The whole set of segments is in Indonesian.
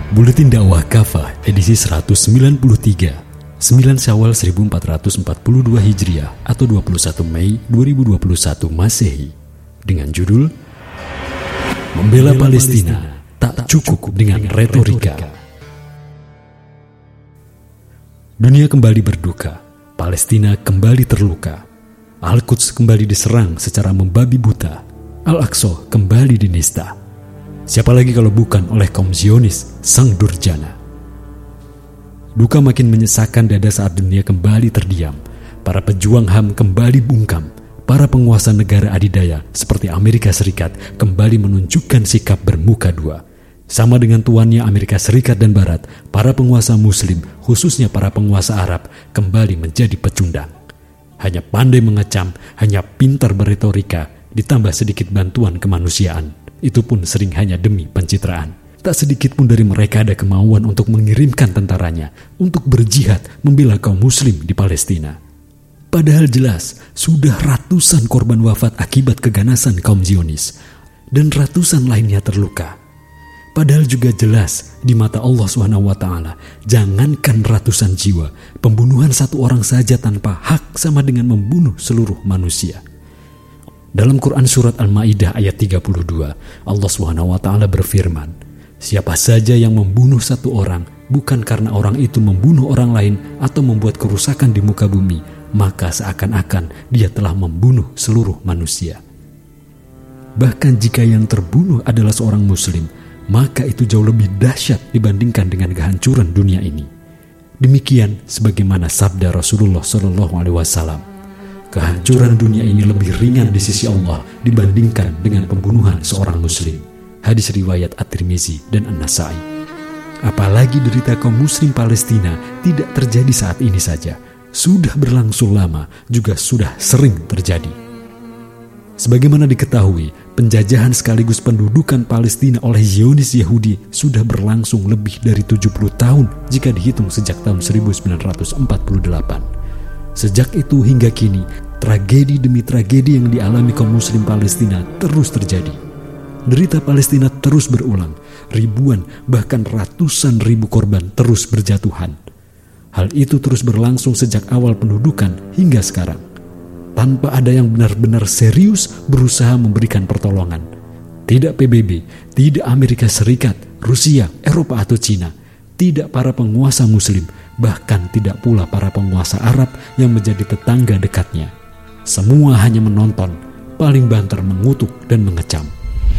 Buletin Dakwah Kafah edisi 193, 9 Syawal 1442 Hijriah atau 21 Mei 2021 Masehi, dengan judul Membela Palestina tak cukup dengan retorika. Dunia kembali berduka, Palestina kembali terluka, Al-Quds kembali diserang secara membabi buta, Al-Aqsa kembali dinista. Siapa lagi kalau bukan oleh kaum Zionis, sang durjana. Duka makin menyesakkan dada saat dunia kembali terdiam. Para pejuang HAM kembali bungkam. Para penguasa negara adidaya seperti Amerika Serikat kembali menunjukkan sikap bermuka dua. Sama dengan tuannya Amerika Serikat dan Barat, para penguasa Muslim, khususnya para penguasa Arab, kembali menjadi pecundang. Hanya pandai mengecam, hanya pintar beretorika, ditambah sedikit bantuan kemanusiaan. Itu pun sering hanya demi pencitraan. Tak sedikit pun dari mereka ada kemauan untuk mengirimkan tentaranya untuk berjihad membela kaum muslim di Palestina. Padahal jelas sudah ratusan korban wafat akibat keganasan kaum Zionis dan ratusan lainnya terluka. Padahal juga jelas di mata Allah SWT, jangankan ratusan jiwa, pembunuhan satu orang saja tanpa hak sama dengan membunuh seluruh manusia. Dalam Quran Surat Al-Ma'idah ayat 32, Allah SWT berfirman, siapa saja yang membunuh satu orang, bukan karena orang itu membunuh orang lain atau membuat kerusakan di muka bumi, maka seakan-akan dia telah membunuh seluruh manusia. Bahkan jika yang terbunuh adalah seorang muslim, maka itu jauh lebih dahsyat dibandingkan dengan kehancuran dunia ini. Demikian sebagaimana sabda Rasulullah SAW, kehancuran dunia ini lebih ringan di sisi Allah dibandingkan dengan pembunuhan seorang muslim. Hadis riwayat At-Tirmizi dan An-Nasai. Apalagi derita kaum muslim Palestina tidak terjadi saat ini saja. Sudah berlangsung lama, juga sudah sering terjadi. Sebagaimana diketahui, penjajahan sekaligus pendudukan Palestina oleh Zionis Yahudi sudah berlangsung lebih dari 70 tahun jika dihitung sejak tahun 1948. Sejak itu hingga kini, tragedi demi tragedi yang dialami kaum muslim Palestina terus terjadi. Derita Palestina terus berulang, ribuan bahkan ratusan ribu korban terus berjatuhan. Hal itu terus berlangsung sejak awal pendudukan hingga sekarang. Tanpa ada yang benar-benar serius berusaha memberikan pertolongan. Tidak PBB, tidak Amerika Serikat, Rusia, Eropa atau Cina, tidak para penguasa muslim, bahkan tidak pula para penguasa Arab yang menjadi tetangga dekatnya. Semua hanya menonton, paling banter mengutuk dan mengecam.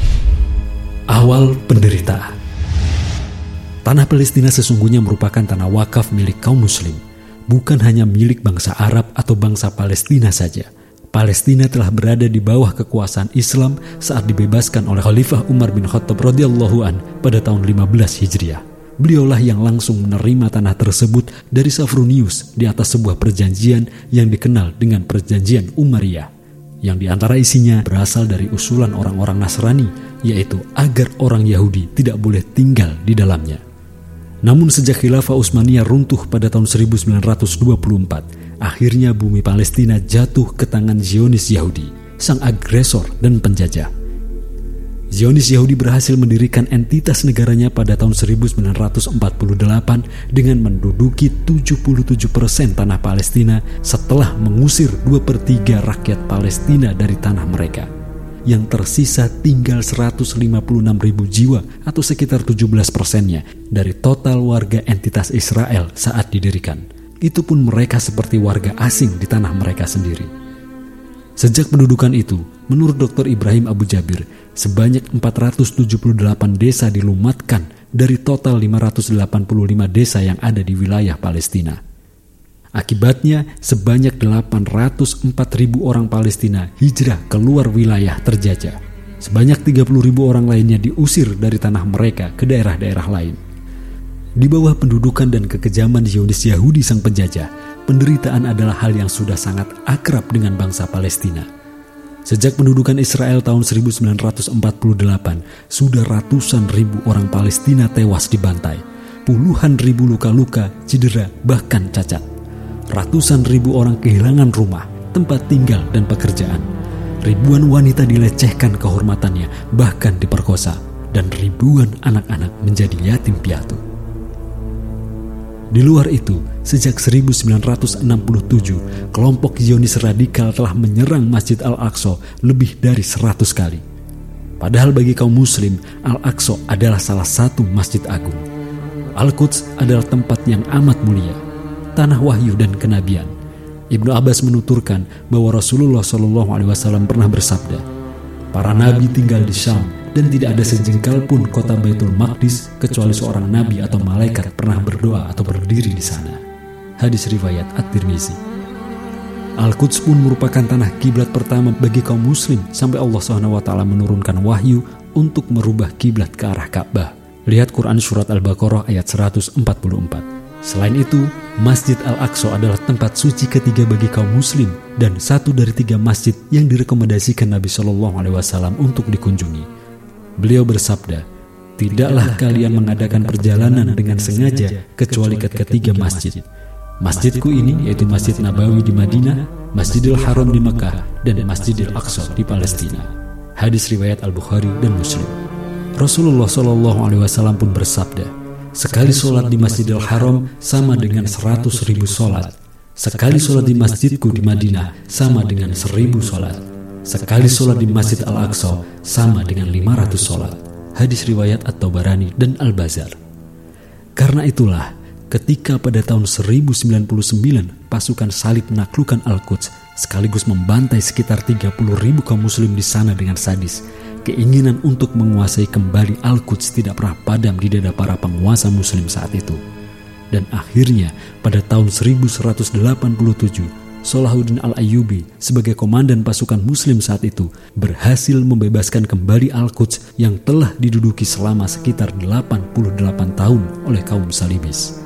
Awal penderitaan. Tanah Palestina sesungguhnya merupakan tanah wakaf milik kaum muslim, bukan hanya milik bangsa Arab atau bangsa Palestina saja. Palestina telah berada di bawah kekuasaan Islam saat dibebaskan oleh Khalifah Umar bin Khattab radhiyallahu an pada tahun 15 Hijriah. Beliaulah yang langsung menerima tanah tersebut dari Safrunius di atas sebuah perjanjian yang dikenal dengan Perjanjian Umayyah, yang diantara isinya berasal dari usulan orang-orang Nasrani, yaitu agar orang Yahudi tidak boleh tinggal di dalamnya. Namun sejak Khilafah Utsmaniyah runtuh pada tahun 1924, akhirnya bumi Palestina jatuh ke tangan Zionis Yahudi, sang agresor dan penjajah. Zionis Yahudi berhasil mendirikan entitas negaranya pada tahun 1948 dengan menduduki 77% tanah Palestina setelah mengusir 2/3 rakyat Palestina dari tanah mereka. Yang tersisa tinggal 156.000 jiwa atau sekitar 17%-nya dari total warga entitas Israel saat didirikan. Itu pun mereka seperti warga asing di tanah mereka sendiri. Sejak pendudukan itu, menurut Dr. Ibrahim Abu Jabir, sebanyak 478 desa dilumatkan dari total 585 desa yang ada di wilayah Palestina. Akibatnya, sebanyak 804.000 orang Palestina hijrah keluar wilayah terjajah. Sebanyak 30.000 orang lainnya diusir dari tanah mereka ke daerah-daerah lain. Di bawah pendudukan dan kekejaman Zionis Yahudi sang penjajah, penderitaan adalah hal yang sudah sangat akrab dengan bangsa Palestina. Sejak pendudukan Israel tahun 1948, sudah ratusan ribu orang Palestina tewas dibantai. Puluhan ribu luka-luka, cedera, bahkan cacat. Ratusan ribu orang kehilangan rumah, tempat tinggal, dan pekerjaan. Ribuan wanita dilecehkan kehormatannya, bahkan diperkosa. dan ribuan anak-anak menjadi yatim piatu. Di luar itu, sejak 1967, kelompok Zionis radikal telah menyerang Masjid Al-Aqsa lebih dari 100 kali. Padahal bagi kaum muslim, Al-Aqsa adalah salah satu masjid agung. Al-Quds adalah tempat yang amat mulia, tanah wahyu dan kenabian. Ibnu Abbas menuturkan bahwa Rasulullah SAW pernah bersabda, "Para nabi tinggal di Syam dan tidak ada sejengkal pun kota Baitul Maqdis kecuali seorang nabi atau malaikat pernah berdoa atau berdiri di sana." Hadis riwayat At-Tirmizi. Al-Quds pun merupakan tanah kiblat pertama bagi kaum muslim sampai Allah SWT menurunkan wahyu untuk merubah kiblat ke arah Ka'bah. Lihat Quran Surat Al-Baqarah ayat 144. Selain itu, Masjid Al-Aqsa adalah tempat suci ketiga bagi kaum muslim dan satu dari 3 masjid yang direkomendasikan Nabi SAW untuk dikunjungi. Beliau bersabda, "Tidaklah kalian mengadakan perjalanan dengan sengaja kecuali ke ketiga masjid. Masjidku ini yaitu Masjid Nabawi di Madinah, Masjidil Haram di Mekah, dan Masjidil Aqsa di Palestina." Hadis riwayat Al-Bukhari dan Muslim. Rasulullah SAW pun bersabda, "Sekali sholat di Masjidil Haram sama dengan 100.000 sholat. Sekali sholat di masjidku di Madinah sama dengan 1.000 sholat. Sekali sholat di Masjid Al-Aqsa sama dengan 500 sholat." Hadis riwayat At-Tabarani dan Al-Bazar. Karena itulah, ketika pada tahun 1099 pasukan salib menaklukkan Al-Quds sekaligus membantai sekitar 30.000 kaum muslim di sana dengan sadis, keinginan untuk menguasai kembali Al-Quds tidak pernah padam di dada para penguasa muslim saat itu. Dan akhirnya pada tahun 1187, Salahuddin Al-Ayyubi sebagai komandan pasukan muslim saat itu berhasil membebaskan kembali Al-Quds yang telah diduduki selama sekitar 88 tahun oleh kaum salibis.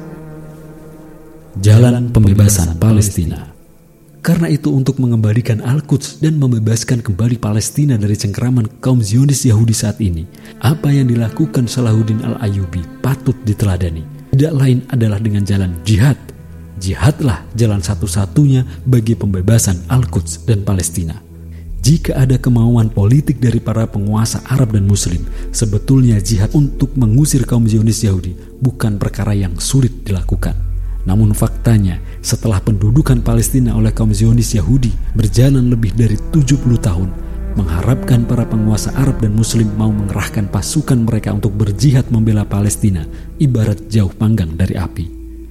Jalan pembebasan Palestina. Karena itu, untuk mengembalikan Al-Quds dan membebaskan kembali Palestina dari cengkeraman kaum Zionis Yahudi saat ini, apa yang dilakukan Salahuddin Al-Ayyubi patut diteladani. Tidak lain adalah dengan jalan jihad. Jihadlah jalan satu-satunya bagi pembebasan Al-Quds dan Palestina. Jika ada kemauan politik dari para penguasa Arab dan Muslim, sebetulnya jihad untuk mengusir kaum Zionis Yahudi bukan perkara yang sulit dilakukan. Namun faktanya, setelah pendudukan Palestina oleh kaum Zionis Yahudi berjalan lebih dari 70 tahun, mengharapkan para penguasa Arab dan Muslim mau mengerahkan pasukan mereka untuk berjihad membela Palestina ibarat jauh panggang dari api.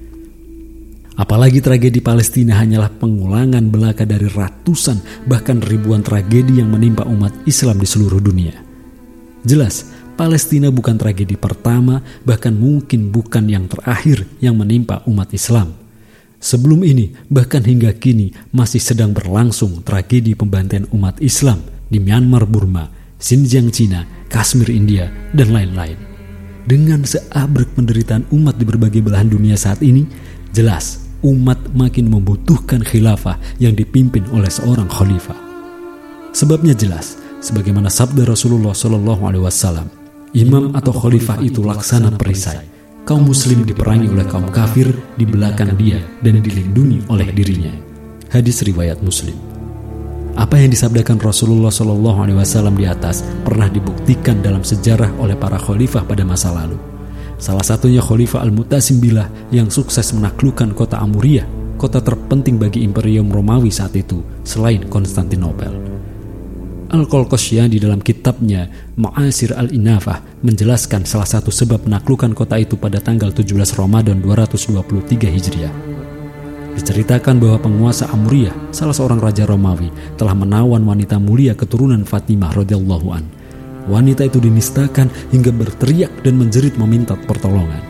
Apalagi tragedi Palestina hanyalah pengulangan belaka dari ratusan bahkan ribuan tragedi yang menimpa umat Islam di seluruh dunia. Jelas, Palestina bukan tragedi pertama, bahkan mungkin bukan yang terakhir yang menimpa umat Islam. Sebelum ini, bahkan hingga kini masih sedang berlangsung tragedi pembantaian umat Islam di Myanmar, Burma, Xinjiang, Cina, Kashmir, India, dan lain-lain. Dengan seabrek penderitaan umat di berbagai belahan dunia saat ini, jelas umat makin membutuhkan khilafah yang dipimpin oleh seorang khalifah. Sebabnya jelas, sebagaimana sabda Rasulullah SAW, imam atau khalifah itu laksana perisai. Kaum muslim diperangi oleh kaum kafir di belakang dia dan dilindungi oleh dirinya. Hadis riwayat Muslim. Apa yang disabdakan Rasulullah SAW di atas pernah dibuktikan dalam sejarah oleh para khalifah pada masa lalu. Salah satunya Khalifah Al-Mu'tasim Billah yang sukses menaklukkan kota Amuriyah, kota terpenting bagi Imperium Romawi saat itu selain Konstantinopel. Al-Qalqasyani dalam kitabnya Ma'asir Al-Inafah menjelaskan salah satu sebab penaklukan kota itu pada tanggal 17 Ramadan 223 Hijriah. Diceritakan bahwa penguasa Amuriyah, salah seorang raja Romawi, telah menawan wanita mulia keturunan Fatimah radhiyallahu an. Wanita itu dinistakan hingga berteriak dan menjerit meminta pertolongan.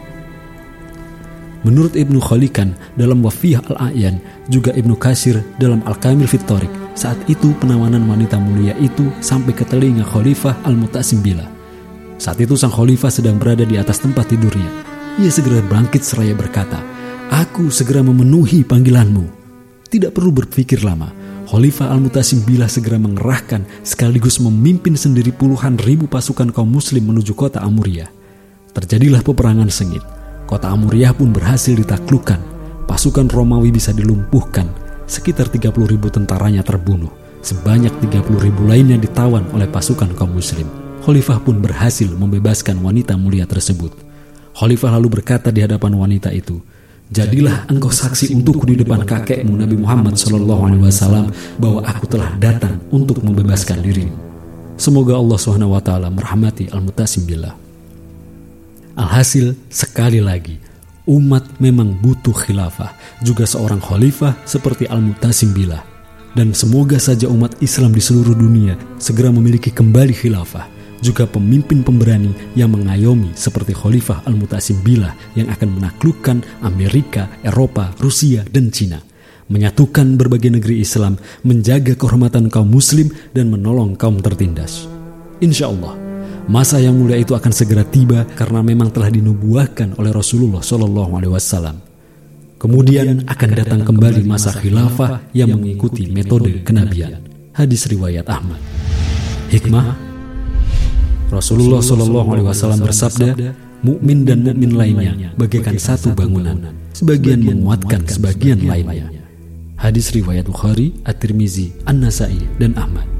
Menurut Ibnu Khalikan dalam Wafiyah Al-A'yan, juga Ibnu Katsir dalam Al-Kamil fit Thariq, saat itu penawanan wanita mulia itu sampai ke telinga Khalifah Al-Mu'tasim Billah. Saat itu sang khalifah sedang berada di atas tempat tidurnya. Ia segera bangkit seraya berkata, "Aku segera memenuhi panggilanmu." Tidak perlu berpikir lama, Khalifah Al-Mu'tasim Billah segera mengerahkan sekaligus memimpin sendiri puluhan ribu pasukan kaum muslim menuju kota Amuriyah. Terjadilah peperangan sengit. Kota Amuriyah pun berhasil ditaklukkan. Pasukan Romawi bisa dilumpuhkan. Sekitar 30.000 tentaranya terbunuh. Sebanyak 30.000 lainnya ditawan oleh pasukan kaum muslim. Khalifah pun berhasil membebaskan wanita mulia tersebut. Khalifah lalu berkata di hadapan wanita itu, "Jadilah engkau saksi untukku di depan kakekmu Nabi Muhammad SAW bahwa aku telah datang untuk membebaskan dirimu. Semoga Allah SWT merahmati Al-Mu'tasim billah." Alhasil, sekali lagi, umat memang butuh khilafah, juga seorang khalifah seperti Al-Mu'tasim billah. Dan semoga saja umat Islam di seluruh dunia segera memiliki kembali khilafah, juga pemimpin pemberani yang mengayomi seperti Khalifah Al-Mu'tasim billah yang akan menaklukkan Amerika, Eropa, Rusia, dan Cina, menyatukan berbagai negeri Islam, menjaga kehormatan kaum muslim, dan menolong kaum tertindas. Insya Allah, masa yang mulia itu akan segera tiba karena memang telah dinubuahkan oleh Rasulullah SAW. Kemudian akan datang kembali masa khilafah yang mengikuti metode kenabian. Hadis riwayat Ahmad. Hikmah, Rasulullah SAW bersabda, mukmin dan mukmin lainnya bagaikan satu bangunan, sebagian menguatkan sebagian lainnya. Hadis riwayat Bukhari, At-Tirmizi, An-Nasai, dan Ahmad.